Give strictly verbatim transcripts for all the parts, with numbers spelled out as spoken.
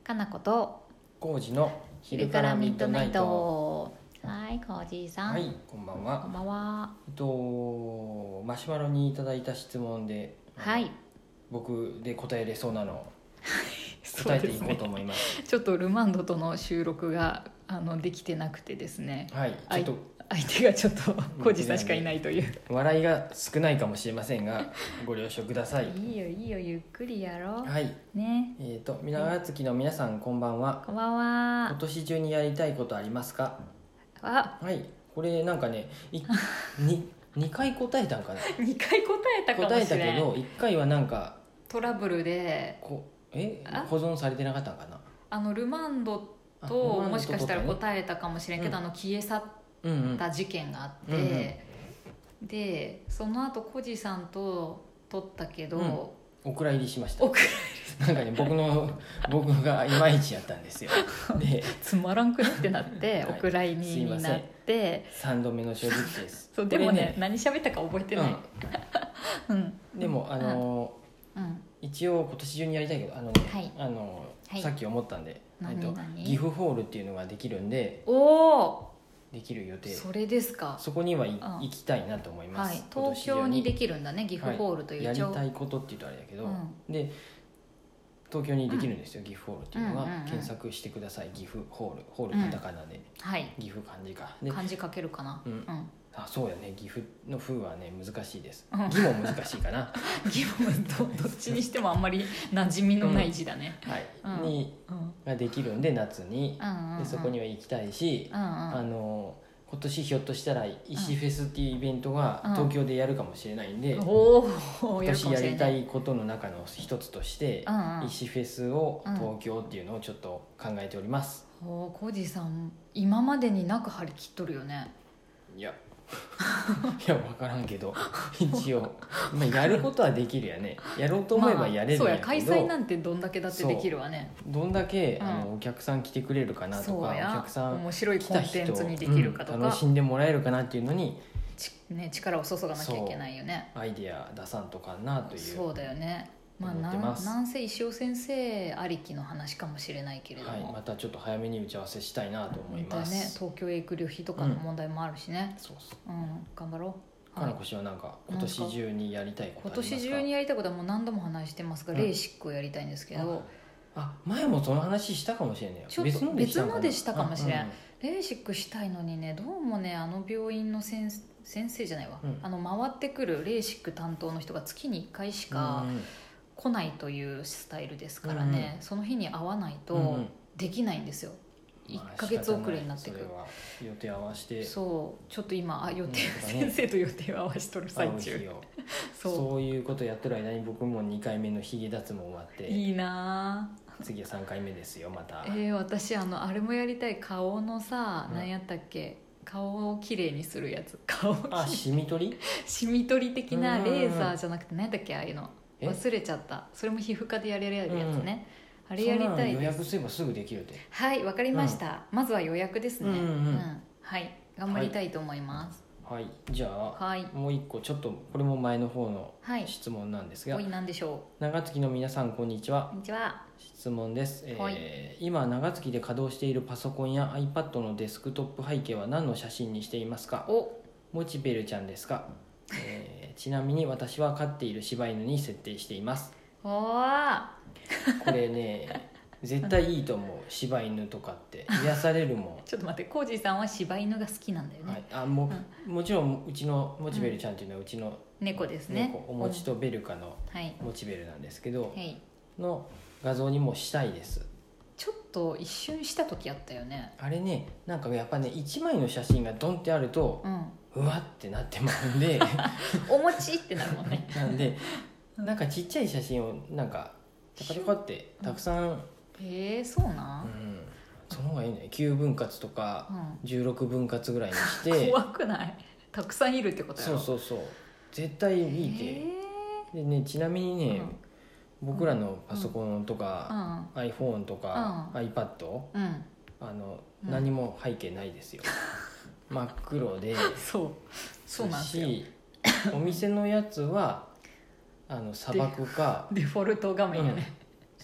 かなことコウジの昼からミッドナイト。はい、コウジさん。 はい、こんばんは。 こんばんは。 えっとマシュマロにいただいた質問で、 はい。 僕で答えれそうなのをそう答えてですね。 いこうと思います。 ちょっとルマンドとの収録があのできてなくてですね。 はい、ちょっと相手がちょっとコウジさんしかいないという。 笑いが少ないかもしれませんがご了承ください。 いいよいいよ、ゆっくりやろう。 はい。 ね。 えっと長月の皆さんこんばんは。 こんばんは。 今年中にやりたいことありますか？ あ、 はい。これなんかね、いににかい答えたんかな。 にかい答えたかもしれない。 答えたけどいっかいはなんかトラブルでこえあ保存されてなかったんかな。 あのルマンドあとルマンドともしかしたらね答えたかもしれんけど、 うんあの消え去っうんうんた事件があって、 うんうんでその後コジさんと撮ったけど、 うんお蔵入りしました。 おくなんかね僕の僕がいまいちやったんですよ。でつまらんくねってなって、 はいお蔵入りになってさんどめの正直ですそうでもねこれ何喋ったか覚えてない、うんうん、でもあのうんうん一応今年中にやりたいけどあのね、 はいあのはいさっき思ったんで、 何えっと何岐阜ホールっていうのができるんでおおできる予定、 それですか。 そこにはいうん行きたいなと思いまはいす。 東京にできるんだね、岐阜ホールという、 やり一応たいことっていうとあれだけど、 うんで東京にできるんですよ、岐阜ホールっていうのは、 うんうんうん検索してください。岐阜ホールホールカタカナで、 はい岐阜漢字かで漢字書けるかな、 うんうんあそうやね、岐阜の風はね難しいです。 うん義も難しいかな疑問どどっちにしてもあんまり馴染みのない字だね、 はい、 うんにうんができるんで夏に、 うんうんうん、 でそこには行きたいし、 うんうん、 あの今年ひょっとしたら石フェスっていうイベントがうん東京でやるかもしれないんで、 おお今年やりたいことの中の一つとして、 うんうん、 石フェスを東京っていうのをちょっと考えております。 おコージさん今までになく張り切っとるよね。 いやいや分からんけど一応、まあ、やることはできるやね。やろうと思えばやれるんやけど、 まあ、そうや開催なんてどんだけだってできるわね。 どんだけ、 うんあのお客さん来てくれるかなとか、おそうや客さん面白い来たコンテン人ツにできるかとか、 うん楽しんでもらえるかなっていうのにちね、力を注がなきゃいけないよね。 アイデア出さんとかなという。 そうだよね。まあ、 思っなんてますなんせ石尾先生ありきの話かもしれないけれども、 はい、またちょっと早めに打ち合わせしたいなと思います。 本当はね、東京へ行く旅費とかの問題もあるしね、 そうそう。 うん頑張ろう。 かなこ氏はなんか今年中にやりたいこと今ありますか？ 年中にやりたいことはもう何度も話してますが、 うんレーシックをやりたいんですけど、 あ前もその話したかもしれないよ。 ちょっと別のでしたかもしれん、 うんうんレーシックしたいのにね、どうもね、あの病院の先先生じゃないわ、 うんあの回ってくるレーシック担当の人が月にいっかいしかうん来ないというスタイルですからね、 うんその日に会わないとうんうんできないんですよ、いっまあかげつ遅れになってくる。 仕方ないそれは予定合わせてそうちょっと今あ予定、 うん先生と予定を合わしとる最中会う日をそうそういうことやってる間に僕もにかいめのヒゲ脱毛終わっていいなぁ。 次はさんかいめですよまた。 えー、私あのあれもやりたい、顔のさ、 うん何やったっけ、顔をきれいにするやつ、顔あシミ取りシミ取り的なうんレーザーじゃなくて何やったっけ、ああいうのえ忘れちゃった。それも皮膚科でやれるやつね、あれやりそんなの予たいです。 約すればすぐできるで。 はいわかりました、まずは予約ですね、 うんうんうんはい頑張りたいと思います。 はい、じゃあ、 はいもう一個ちょっとこれも前の方のはい、 質問なんですが、 おい何でしょ長月の皆さんこんにちは。 う。こんにちは。 質問です、えーはい今長月で稼働しているパソコンや iPad のデスクトップ背景は何の写真にしていますか？ おモチベルちゃんですか？えーちなみに私は飼っている柴犬に設定しています。 おーこれね絶対いいと思う。柴犬とかって癒されるもちょっと待って、コージーさんは柴犬が好きなんだよん、 ね、 はい、あもうもちろんうちのモチベルちゃんっていうのはうちの猫ですね。 猫、おもちとベルカのはいモチベルなんですけど、 はい、 の画像にもしたいです。 ちょっと一瞬した時あったよね。 あれねなんかやっぱねいちまいの写真がドンってあるとうん、 うわってなってまうんでお餅ってなるもんね。 なんでなんかちっちゃい写真をなんかパカパカってたくさん、うんえー、そうなんん、その方がいいね。きゅうぶん割とかうん、 じゅうろくぶん割ぐらいにして怖くない？たくさんいるってことやろ。 そうそうそう絶対いいって、 えでねちなみにね、 うん僕らのパソコンとか、 ー、 iPhone とか、 うん iPad うんうんあの、 うん何も背景ないですよ真っ黒でそうそうなんですよ。 しお店のやつはあの砂漠かデフォルト画面やね、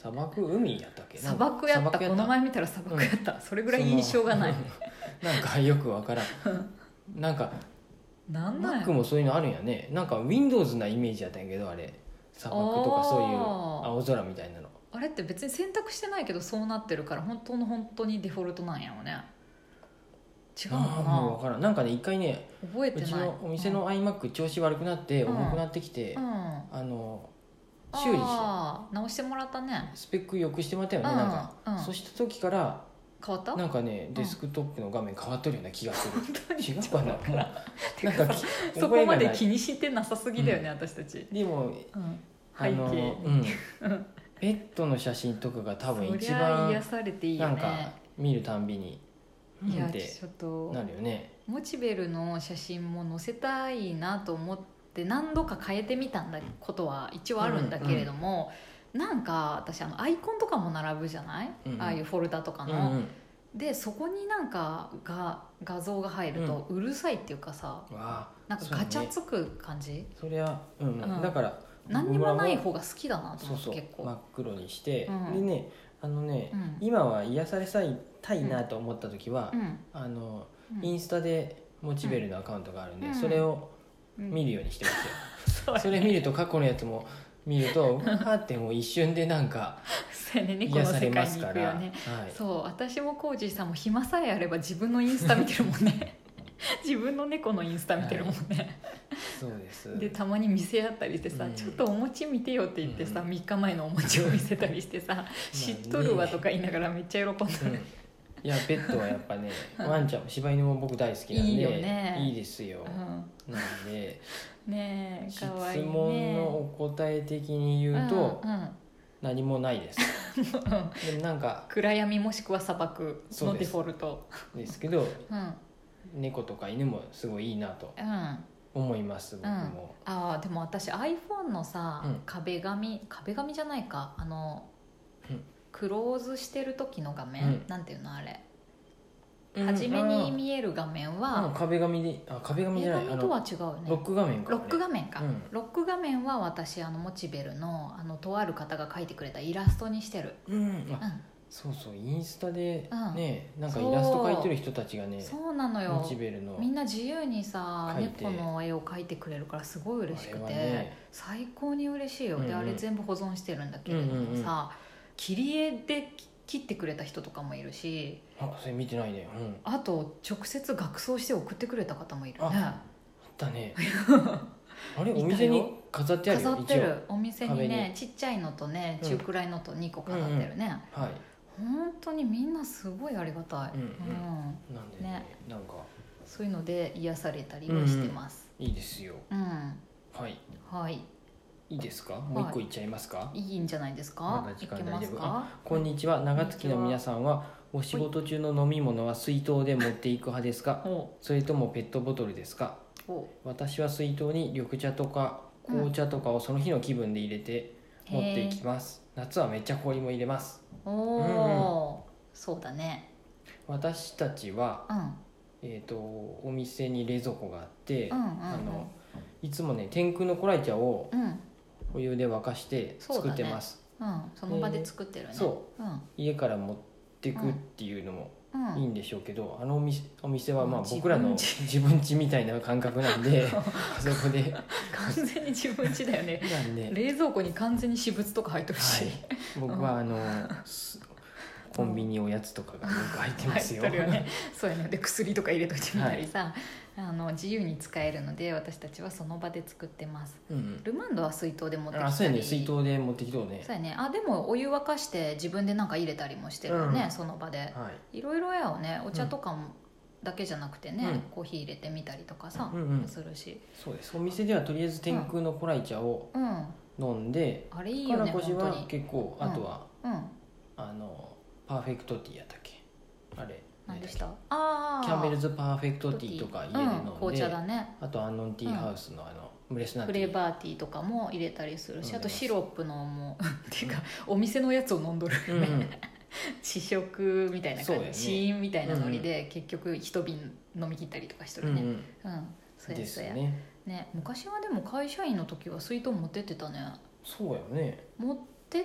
砂漠海やったっけ？ 砂漠やった。 砂漠やったこの前見たら砂漠やった、うん、それぐらい印象がないなんかよくわからんなんかなんなんや Mac もそういうのあるんやね。なんか Windows なイメージやったんやけど、あれ砂漠とかそういう青空みたいなの。 あれって別に選択してないけどそうなってるから本当の本当にデフォルトなんやろね。違うのかな。 あもう分からん。なんかね一回ね覚えてない。 うちのお店の iMac 調子悪くなってうん重くなってきて、 うん、 あの修理してあ直してもらったね。 スペック良くしてもらったよね、 うんなんか、 うん、 そうした時から変わった。 なんかねデスクトップの画面変わっとるような気がする、 当に違うかな。もうなんかそこまで覚気にしてなさすぎだよね、うん、私たち。 でも、 うん、 あの背景うんペットの写真とかが多分一そりゃ番癒されていいよね。 なんか見るたんびにいやってちょっとなるよね。 モチベルの写真も載せたいなと思って何度か変えてみたんだことは一応あるんだけれども、うんうん、なんか私あのアイコンとかも並ぶじゃない、うんうん、ああいうフォルダとかの、うんうん、でそこになんかが画像が入るとうるさいっていうかさ、うん、なんかガチャつく感じそ,、ね、そりゃ、うんうん、だから何にもない方が好きだなと思って。 そうそう結構真っ黒にして、 うん、 でねあのね、うん、今は癒されたいなと思った時は、うん、あのインスタでモチベルのアカウントがあるんで、うん、それを見るようにしてますよ、うん、それ見ると過去のやつも見るとわーってもう一瞬でなんか癒されますから、ねはい、そう私もコージーさんも暇さえあれば自分のインスタ見てるもんね自分の猫のインスタ見てるもんね、はい、 そうですでたまに見せ合ったりしてさ、うん、ちょっとお餅見てよって言ってさ、うん、みっかまえのお餅を見せたりしてさ知っとるわとか言いながらめっちゃ喜んでる、うんいやペットはやっぱねワンちゃん柴犬も僕大好きなんでいいよね。 いいですよ、うん、なんでねえかわいいね。 質問のお答え的に言うと、うんうん、何もないですでもなんか暗闇もしくは砂漠のデフォルトです、ですけど、うん、猫とか犬もすごいいいなと思います、うん、僕も、 うん、あでも私 iPhone のさ、うん、壁紙壁紙じゃないかあの、うんクローズしてる時の画面、うん、なんていうのあれ、うん、初めに見える画面は、 うん、壁紙であ壁紙じゃない壁紙とは違うね。 ロック画面か、 ロック画面か、うん、ロック画面は私あのモチベルのあのとある方が描いてくれたイラストにしてる、 うん、うん、そうそうインスタでね、うん、なんかイラスト描いてる人たちがねそうなのよモチベルのみんな自由にさ猫の絵を描いてくれるからすごい嬉しくて、ね、最高に嬉しいよ、うんうん、であれ全部保存してるんだけれどもさ、うんうんうん、切り絵で切ってくれた人とかもいるし、 あそれ見てないね、 うん、あと直接額装して送ってくれた方もいるね。 あったねあれお店に飾ってあるよ。 飾ってるお店にねちっちゃいのとね中くらいのとにこ飾ってるね、うんうん、はい本当にみんなすごいありがたい、うんうんうん、 なんで ね, ねなんかそういうので癒されたりはしてます、 うんうん、いいですよ、 うん、 はいはいいいですか、もう一個いっちゃいますか。 いいんじゃないですか。 まだ時間大丈夫。あ、こんにちは。長月の皆さんはお仕事中の飲み物は水筒で持っていく派ですか、それともペットボトルですか。私は水筒に緑茶とか紅茶とかをその日の気分で入れて持っていきます、うん、夏はめっちゃ氷も入れます。 おお、うん、そうだね。 私たちは、 うん、 えーと、お店に冷蔵庫があって、 うんうんうん、 あのいつもね天空の古来茶を、 うんお湯で沸かして作ってます。 そうだね、うん、その場で作ってるね。 そう、うん、家から持ってくっていうのもいいんでしょうけど、うん、あのお店、お店はまあ僕らの自分家みたいな感覚なんでそこで完全に自分家だよね。なんで冷蔵庫に完全に私物とか入ってるし、はい、 僕はあの、うん、コンビニおやつとかがよく入ってますよ。 入ってるよね。そうやね。で薬とか入れといてみたりさ、はいあの自由に使えるので私たちはその場で作ってます、うんうん、ルマンドは水筒で持ってきたり。 あ、そうやね、水筒で持ってきとうね。 そうやね。あ、でもお湯沸かして自分でなんか入れたりもしてるよね、うん、その場で、はい、いろいろやよね。お茶とかも、だけじゃなくてね、うん、コーヒー入れてみたりとかさ、うんうん、するし。 そうです。お店ではとりあえず天空の古来茶を飲んで、 うんうん、あれいいよね。 からこしは結構、あとは、 うんうん、 あのパーフェクトティーやったっけあれ何でした。あキャンベルズパーフェクトティーとか家で飲んで、うん、 紅茶だね。 あとアンノンティーハウスのあの、うん、フレスナティーフレーバーティーとかも入れたりするし、あとシロップのもっていうか、うん、お店のやつを飲んどるよね、うんうん、試食みたいな感じ、ね、試飲みたいなノリで、うんうん、結局一瓶飲み切ったりとかしとるね。うん、うん、そうやそうやね。ね、昔はでも会社員の時は水筒持ってってたね。 そうやね。 持ってって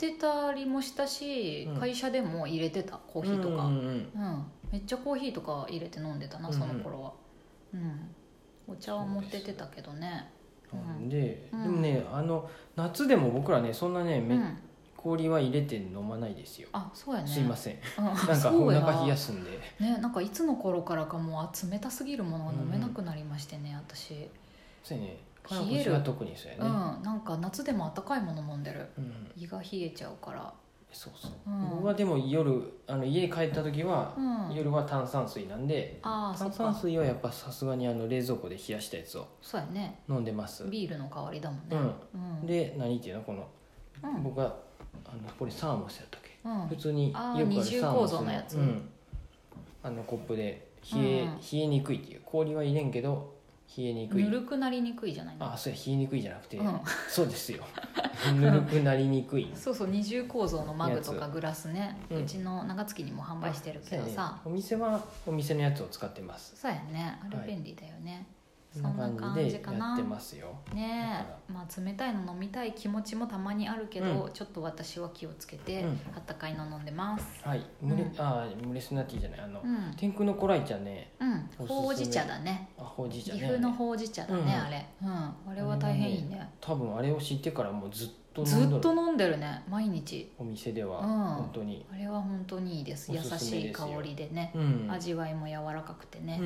てたりもしたし、 うん、 会社でも入れてたコーヒーとか、 うんうんうんうん、めっちゃコーヒーとか入れて飲んでたな、その頃は。うん、うん、お茶は持ってってたけどね。 うん、で、 うん、 でもねあの夏でも僕らねそんなねめ、 うん、 氷は入れて飲まないですよ。 あ、そうやね。 すいません、 うん、 なんかお腹冷やすんでね、なんかいつの頃からかもう冷たすぎるものが飲めなくなりましてね、うん、私。 そうやね、 冷える。 特にそうやね、 うん、なんか夏でも温かいもの飲んでる、 うん、 胃が冷えちゃうから。 そうそう、 うん、 僕はでも夜あの家に帰った時は、 うん、 夜は炭酸水なんで、 あ、 炭酸水はやっぱさすがにあの冷蔵庫で冷やしたやつをそうやね、 飲んでます。 ビールの代わりだもんね。 うんうん、で何っていうのこの、うん、僕はあのこれサーモスやったっけ、うん、普通によくある二重構造のやつ、うん、 あのコップで冷え、うん、冷えにくいっていう、氷は入れんけど冷えにくい、 ぬるくなりにくいじゃないの。 あ、そうや、冷えにくいじゃなくて、 うん、 そうですよぬるくなりにくいそうそう、二重構造のマグとかグラスね、う, うちの長月にも販売してるけどさ、 ね、お店はお店のやつを使ってます。 そうやね、あれ便利だよね、はい、 そんな感じでやってますよね。え、まあ、冷たいの飲みたい気持ちもたまにあるけど、うん、ちょっと私は気をつけて、うん、あったかいの飲んでます。 はい、ムレ、うん、あムレスナティじゃない、あの、うん、天空の古来茶ね、 うん、ほうじ茶だね。 あ、ほうじ茶ね、 岐阜のほうじ茶だね、うん、あれ、うん、あれは大変いいね。ね、 多分あれを知ってからもうずっとずっと飲んでるね、毎日お店では、 うん、 本当にあれは本当にいいです。優しい香りでね、うん、味わいも柔らかくてね、うんうん、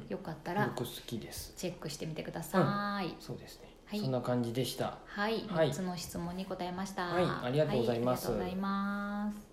よかったら僕好きです、 チェックしてみてください、 うん、そうですね、はい、そんな感じでした。 はい、はい、みっつの質問に答えました。 はい、ありがとうございます、 はい、ありがとうございます。